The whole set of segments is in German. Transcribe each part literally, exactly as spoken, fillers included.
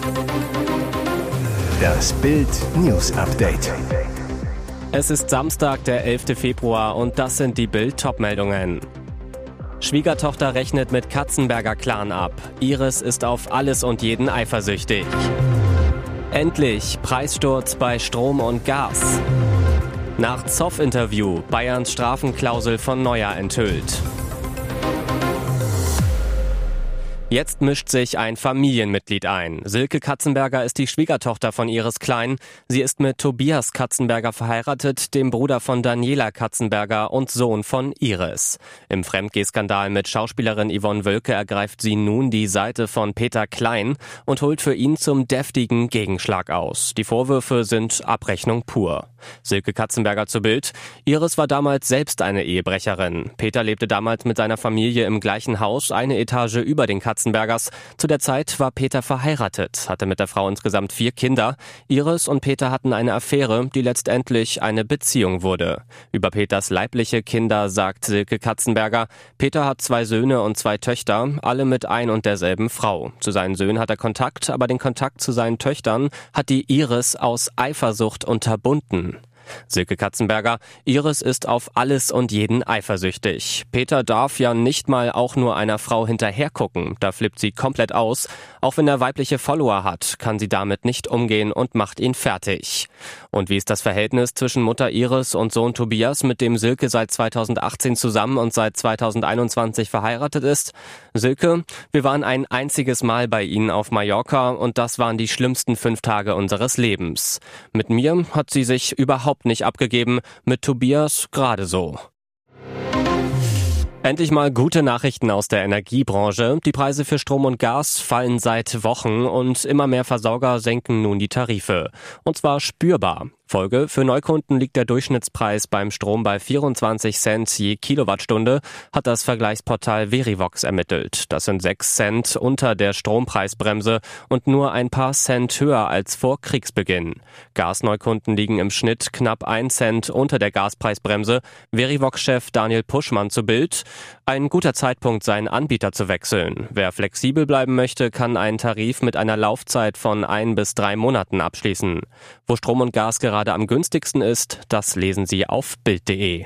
Das Bild News Update. Es ist Samstag, der elfter Februar und das sind die Bild-Top-Meldungen. Schwiegertochter rechnet mit Katzenberger Clan ab. Iris ist auf alles und jeden eifersüchtig. Endlich Preissturz bei Strom und Gas. Nach Zoff-Interview Bayerns Strafenklausel von Neuer enthüllt. Jetzt mischt sich ein Familienmitglied ein. Silke Katzenberger ist die Schwiegertochter von Iris Klein. Sie ist mit Tobias Katzenberger verheiratet, dem Bruder von Daniela Katzenberger und Sohn von Iris. Im Fremdgeh-Skandal mit Schauspielerin Yvonne Wölke ergreift sie nun die Seite von Peter Klein und holt für ihn zum deftigen Gegenschlag aus. Die Vorwürfe sind Abrechnung pur. Silke Katzenberger zu Bild. Iris war damals selbst eine Ehebrecherin. Peter lebte damals mit seiner Familie im gleichen Haus, eine Etage über den Katzenbergers. Zu der Zeit war Peter verheiratet, hatte mit der Frau insgesamt vier Kinder. Iris und Peter hatten eine Affäre, die letztendlich eine Beziehung wurde. Über Peters leibliche Kinder sagt Silke Katzenberger: Peter hat zwei Söhne und zwei Töchter, alle mit ein und derselben Frau. Zu seinen Söhnen hat er Kontakt, aber den Kontakt zu seinen Töchtern hat die Iris aus Eifersucht unterbunden. Silke Katzenberger: Iris ist auf alles und jeden eifersüchtig. Peter darf ja nicht mal auch nur einer Frau hinterhergucken, da flippt sie komplett aus. Auch wenn er weibliche Follower hat, kann sie damit nicht umgehen und macht ihn fertig. Und wie ist das Verhältnis zwischen Mutter Iris und Sohn Tobias, mit dem Silke seit zweitausendachtzehn zusammen und seit zweitausendeinundzwanzig verheiratet ist? Silke: Wir waren ein einziges Mal bei ihnen auf Mallorca und das waren die schlimmsten fünf Tage unseres Lebens. Mit mir hat sie sich überhaupt nicht abgegeben, mit Tobias gerade so. Endlich mal gute Nachrichten aus der Energiebranche. Die Preise für Strom und Gas fallen seit Wochen und immer mehr Versorger senken nun die Tarife. Und zwar spürbar. Folge: Für Neukunden liegt der Durchschnittspreis beim Strom bei vierundzwanzig Cent je Kilowattstunde, hat das Vergleichsportal Verivox ermittelt. Das sind sechs Cent unter der Strompreisbremse und nur ein paar Cent höher als vor Kriegsbeginn. Gasneukunden liegen im Schnitt knapp ein Cent unter der Gaspreisbremse. Verivox-Chef Daniel Puschmann zu Bild: Ein guter Zeitpunkt, seinen Anbieter zu wechseln. Wer flexibel bleiben möchte, kann einen Tarif mit einer Laufzeit von ein bis drei Monaten abschließen. Wo Strom und Gas gerade am günstigsten ist, das lesen Sie auf bild punkt de.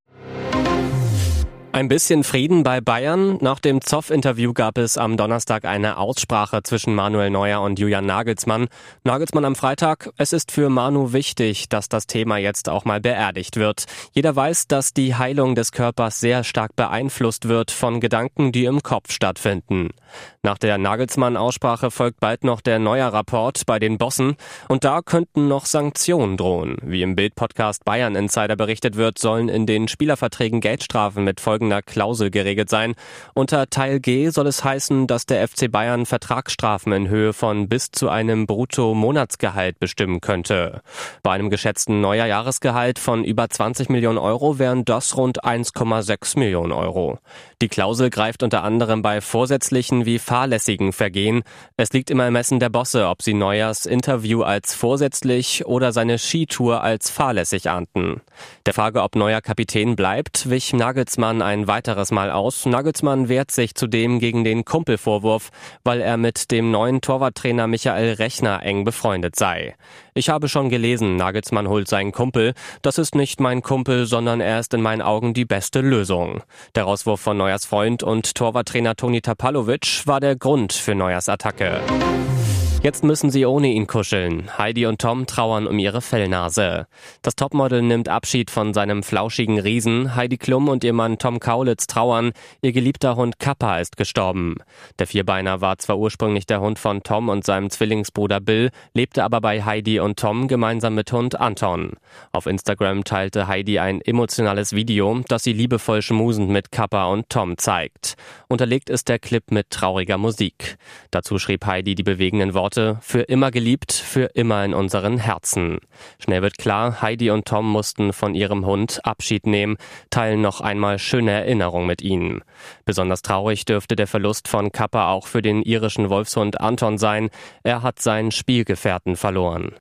Ein bisschen Frieden bei Bayern. Nach dem Zoff-Interview gab es am Donnerstag eine Aussprache zwischen Manuel Neuer und Julian Nagelsmann. Nagelsmann am Freitag: Es ist für Manu wichtig, dass das Thema jetzt auch mal beerdigt wird. Jeder weiß, dass die Heilung des Körpers sehr stark beeinflusst wird von Gedanken, die im Kopf stattfinden. Nach der Nagelsmann-Aussprache folgt bald noch der Neuer-Rapport bei den Bossen. Und da könnten noch Sanktionen drohen. Wie im Bild-Podcast Bayern Insider berichtet wird, sollen in den Spielerverträgen Geldstrafen mit Folgen Klausel geregelt sein. Unter Teil G soll es heißen, dass der F C Bayern Vertragsstrafen in Höhe von bis zu einem Brutto-Monatsgehalt bestimmen könnte. Bei einem geschätzten Neuer-Jahresgehalt von über zwanzig Millionen Euro wären das rund eins Komma sechs Millionen Euro. Die Klausel greift unter anderem bei vorsätzlichen wie fahrlässigen Vergehen. Es liegt im Ermessen der Bosse, ob sie Neuers Interview als vorsätzlich oder seine Skitour als fahrlässig ahnten. Der Frage, ob Neuer Kapitän bleibt, wich Nagelsmann ein weiteres Mal aus. Nagelsmann wehrt sich zudem gegen den Kumpelvorwurf, weil er mit dem neuen Torwarttrainer Michael Rechner eng befreundet sei. Ich habe schon gelesen, Nagelsmann holt seinen Kumpel. Das ist nicht mein Kumpel, sondern er ist in meinen Augen die beste Lösung. Der Rauswurf von Neuers Freund und Torwarttrainer Toni Tapalovic war der Grund für Neuers Attacke. Jetzt müssen sie ohne ihn kuscheln. Heidi und Tom trauern um ihre Fellnase. Das Topmodel nimmt Abschied von seinem flauschigen Riesen. Heidi Klum und ihr Mann Tom Kaulitz trauern. Ihr geliebter Hund Kappa ist gestorben. Der Vierbeiner war zwar ursprünglich der Hund von Tom und seinem Zwillingsbruder Bill, lebte aber bei Heidi und Tom gemeinsam mit Hund Anton. Auf Instagram teilte Heidi ein emotionales Video, das sie liebevoll schmusend mit Kappa und Tom zeigt. Unterlegt ist der Clip mit trauriger Musik. Dazu schrieb Heidi die bewegenden Worte: Für immer geliebt, für immer in unseren Herzen. Schnell wird klar, Heidi und Tom mussten von ihrem Hund Abschied nehmen, teilen noch einmal schöne Erinnerungen mit ihnen. Besonders traurig dürfte der Verlust von Kappa auch für den irischen Wolfshund Anton sein. Er hat seinen Spielgefährten verloren.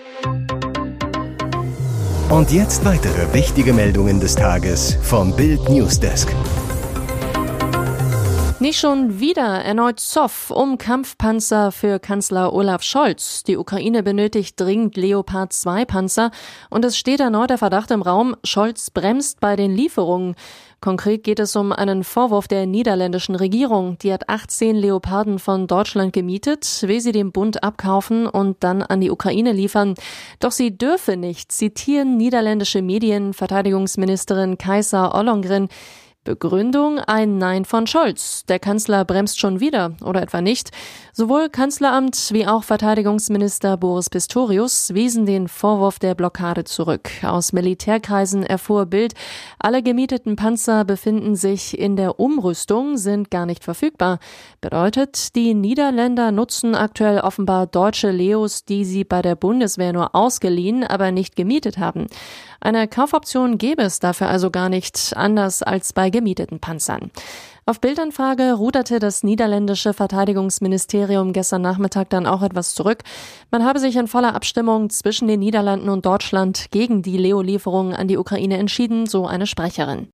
Und jetzt weitere wichtige Meldungen des Tages vom Bild Newsdesk. Nicht schon wieder erneut Zoff um Kampfpanzer für Kanzler Olaf Scholz. Die Ukraine benötigt dringend Leopard zwei Panzer und es steht erneut der Verdacht im Raum, Scholz bremst bei den Lieferungen. Konkret geht es um einen Vorwurf der niederländischen Regierung. Die hat achtzehn Leoparden von Deutschland gemietet, will sie dem Bund abkaufen und dann an die Ukraine liefern. Doch sie dürfe nicht, zitieren niederländische Medien Verteidigungsministerin Kajsa Ollongren. Begründung ein Nein von Scholz. Der Kanzler bremst schon wieder, oder etwa nicht. Sowohl Kanzleramt wie auch Verteidigungsminister Boris Pistorius wiesen den Vorwurf der Blockade zurück. Aus Militärkreisen erfuhr Bild, alle gemieteten Panzer befinden sich in der Umrüstung, sind gar nicht verfügbar. Bedeutet, die Niederländer nutzen aktuell offenbar deutsche Leos, die sie bei der Bundeswehr nur ausgeliehen, aber nicht gemietet haben. Eine Kaufoption gäbe es dafür also gar nicht, anders als bei gemieteten Panzern. Auf Bildanfrage ruderte das niederländische Verteidigungsministerium gestern Nachmittag dann auch etwas zurück. Man habe sich in voller Abstimmung zwischen den Niederlanden und Deutschland gegen die Leo-Lieferungen an die Ukraine entschieden, so eine Sprecherin.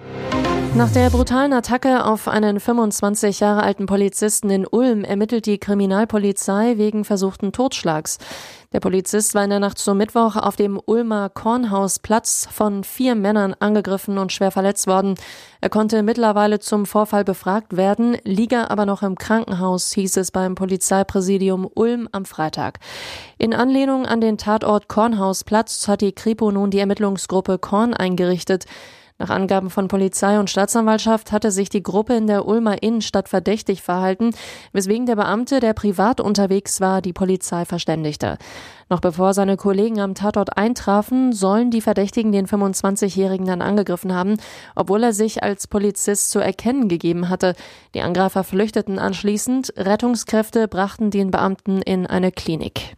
Nach der brutalen Attacke auf einen fünfundzwanzig Jahre alten Polizisten in Ulm ermittelt die Kriminalpolizei wegen versuchten Totschlags. Der Polizist war in der Nacht zum Mittwoch auf dem Ulmer Kornhausplatz von vier Männern angegriffen und schwer verletzt worden. Er konnte mittlerweile zum Vorfall befragt werden, liege aber noch im Krankenhaus, hieß es beim Polizeipräsidium Ulm am Freitag. In Anlehnung an den Tatort Kornhausplatz hat die Kripo nun die Ermittlungsgruppe Korn eingerichtet. Nach Angaben von Polizei und Staatsanwaltschaft hatte sich die Gruppe in der Ulmer Innenstadt verdächtig verhalten, weswegen der Beamte, der privat unterwegs war, die Polizei verständigte. Noch bevor seine Kollegen am Tatort eintrafen, sollen die Verdächtigen den fünfundzwanzigjährigen dann angegriffen haben, obwohl er sich als Polizist zu erkennen gegeben hatte. Die Angreifer flüchteten anschließend, Rettungskräfte brachten den Beamten in eine Klinik.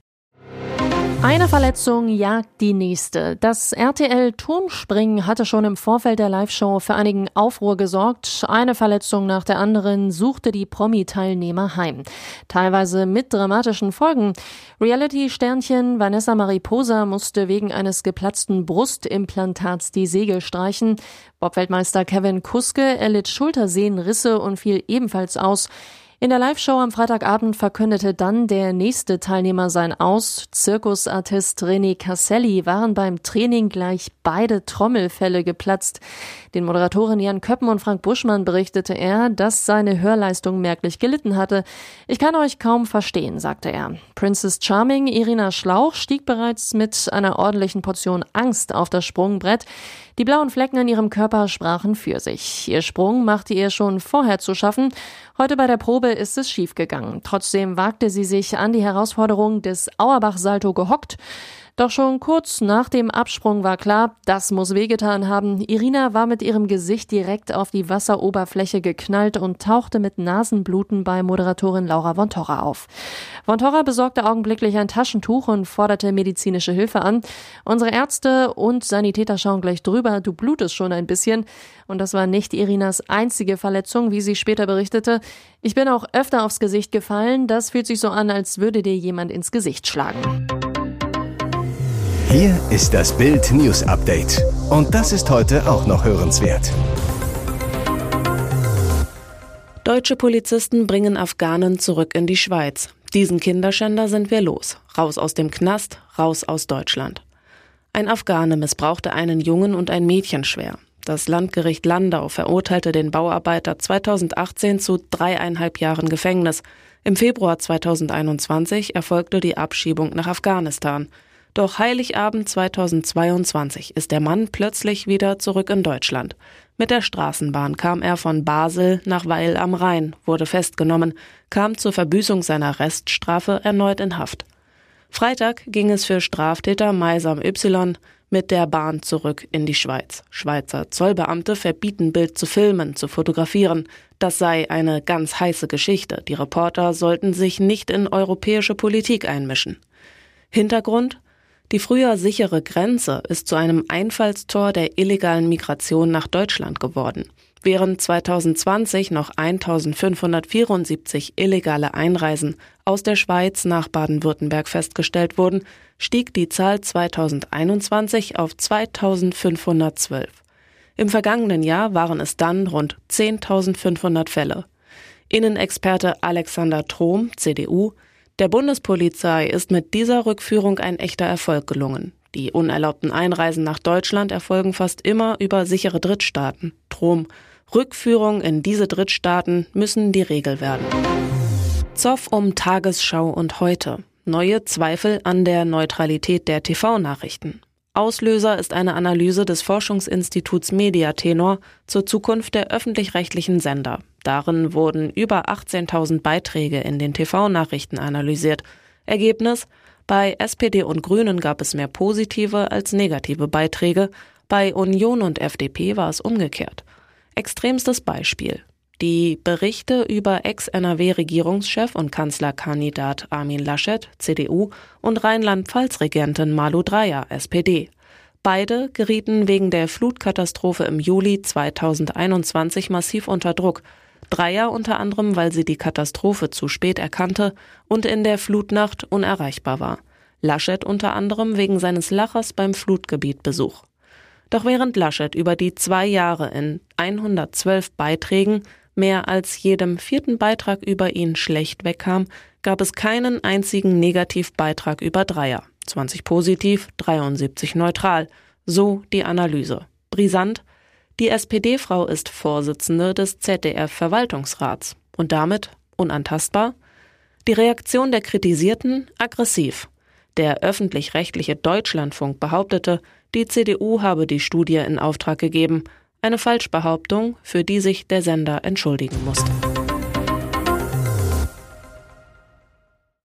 Eine Verletzung jagt die nächste. Das R T L-Turmspringen hatte schon im Vorfeld der Live-Show für einigen Aufruhr gesorgt. Eine Verletzung nach der anderen suchte die Promi-Teilnehmer heim. Teilweise mit dramatischen Folgen. Reality-Sternchen Vanessa Mariposa musste wegen eines geplatzten Brustimplantats die Segel streichen. Bob-Weltmeister Kevin Kuske erlitt Schultersehnenrisse und fiel ebenfalls aus. In der Live-Show am Freitagabend verkündete dann der nächste Teilnehmer sein Aus. Zirkusartist René Casselli waren beim Training gleich beide Trommelfelle geplatzt. Den Moderatoren Jan Köppen und Frank Buschmann berichtete er, dass seine Hörleistung merklich gelitten hatte. Ich kann euch kaum verstehen, sagte er. Princess Charming Irina Schlauch stieg bereits mit einer ordentlichen Portion Angst auf das Sprungbrett. Die blauen Flecken an ihrem Körper sprachen für sich. Ihr Sprung machte ihr schon vorher zu schaffen. Heute bei der Probe ist es schiefgegangen. Trotzdem wagte sie sich an die Herausforderung des Auerbach-Salto gehockt. Doch schon kurz nach dem Absprung war klar, das muss wehgetan haben. Irina war mit ihrem Gesicht direkt auf die Wasseroberfläche geknallt und tauchte mit Nasenbluten bei Moderatorin Laura von Torra auf. Von Torra besorgte augenblicklich ein Taschentuch und forderte medizinische Hilfe an. Unsere Ärzte und Sanitäter schauen gleich drüber, du blutest schon ein bisschen. Und das war nicht Irinas einzige Verletzung, wie sie später berichtete. Ich bin auch öfter aufs Gesicht gefallen, das fühlt sich so an, als würde dir jemand ins Gesicht schlagen. Hier ist das Bild News Update. Und das ist heute auch noch hörenswert. Deutsche Polizisten bringen Afghanen zurück in die Schweiz. Diesen Kinderschänder sind wir los. Raus aus dem Knast, raus aus Deutschland. Ein Afghane missbrauchte einen Jungen und ein Mädchen schwer. Das Landgericht Landau verurteilte den Bauarbeiter zweitausendachtzehn zu dreieinhalb Jahren Gefängnis. Im Februar zweitausendeinundzwanzig erfolgte die Abschiebung nach Afghanistan. Doch Heiligabend zweitausendzweiundzwanzig ist der Mann plötzlich wieder zurück in Deutschland. Mit der Straßenbahn kam er von Basel nach Weil am Rhein, wurde festgenommen, kam zur Verbüßung seiner Reststrafe erneut in Haft. Freitag ging es für Straftäter Meisam Y mit der Bahn zurück in die Schweiz. Schweizer Zollbeamte verbieten Bild zu filmen, zu fotografieren. Das sei eine ganz heiße Geschichte. Die Reporter sollten sich nicht in europäische Politik einmischen. Hintergrund? Die früher sichere Grenze ist zu einem Einfallstor der illegalen Migration nach Deutschland geworden. Während zweitausendzwanzig noch eintausendfünfhundertvierundsiebzig illegale Einreisen aus der Schweiz nach Baden-Württemberg festgestellt wurden, stieg die Zahl zweitausendeinundzwanzig auf zweitausendfünfhundertzwölf. Im vergangenen Jahr waren es dann rund zehntausendfünfhundert Fälle. Innenexperte Alexander Trom, C D U: Der Bundespolizei ist mit dieser Rückführung ein echter Erfolg gelungen. Die unerlaubten Einreisen nach Deutschland erfolgen fast immer über sichere Drittstaaten. Trom: Rückführung in diese Drittstaaten müssen die Regel werden. Zoff um Tagesschau und Heute. Neue Zweifel an der Neutralität der T V-Nachrichten. Auslöser ist eine Analyse des Forschungsinstituts Mediatenor zur Zukunft der öffentlich-rechtlichen Sender. Darin wurden über achtzehntausend Beiträge in den T V-Nachrichten analysiert. Ergebnis: Bei S P D und Grünen gab es mehr positive als negative Beiträge. Bei Union und F D P war es umgekehrt. Extremstes Beispiel: Die Berichte über Ex-N R W-Regierungschef und Kanzlerkandidat Armin Laschet, C D U, und Rheinland-Pfalz-Regentin Malu Dreyer, S P D. Beide gerieten wegen der Flutkatastrophe im Juli zweitausendeinundzwanzig massiv unter Druck. Dreyer unter anderem, weil sie die Katastrophe zu spät erkannte und in der Flutnacht unerreichbar war. Laschet unter anderem wegen seines Lachers beim Flutgebietbesuch. Doch während Laschet über die zwei Jahre in hundertzwölf Beiträgen mehr als jedem vierten Beitrag über ihn schlecht wegkam, gab es keinen einzigen Negativbeitrag über Dreyer. zwanzig positiv, dreiundsiebzig neutral. So die Analyse. Brisant: Die S P D-Frau ist Vorsitzende des Z D F-Verwaltungsrats und damit unantastbar. Die Reaktion der Kritisierten: aggressiv. Der öffentlich-rechtliche Deutschlandfunk behauptete, die C D U habe die Studie in Auftrag gegeben. Eine Falschbehauptung, für die sich der Sender entschuldigen musste.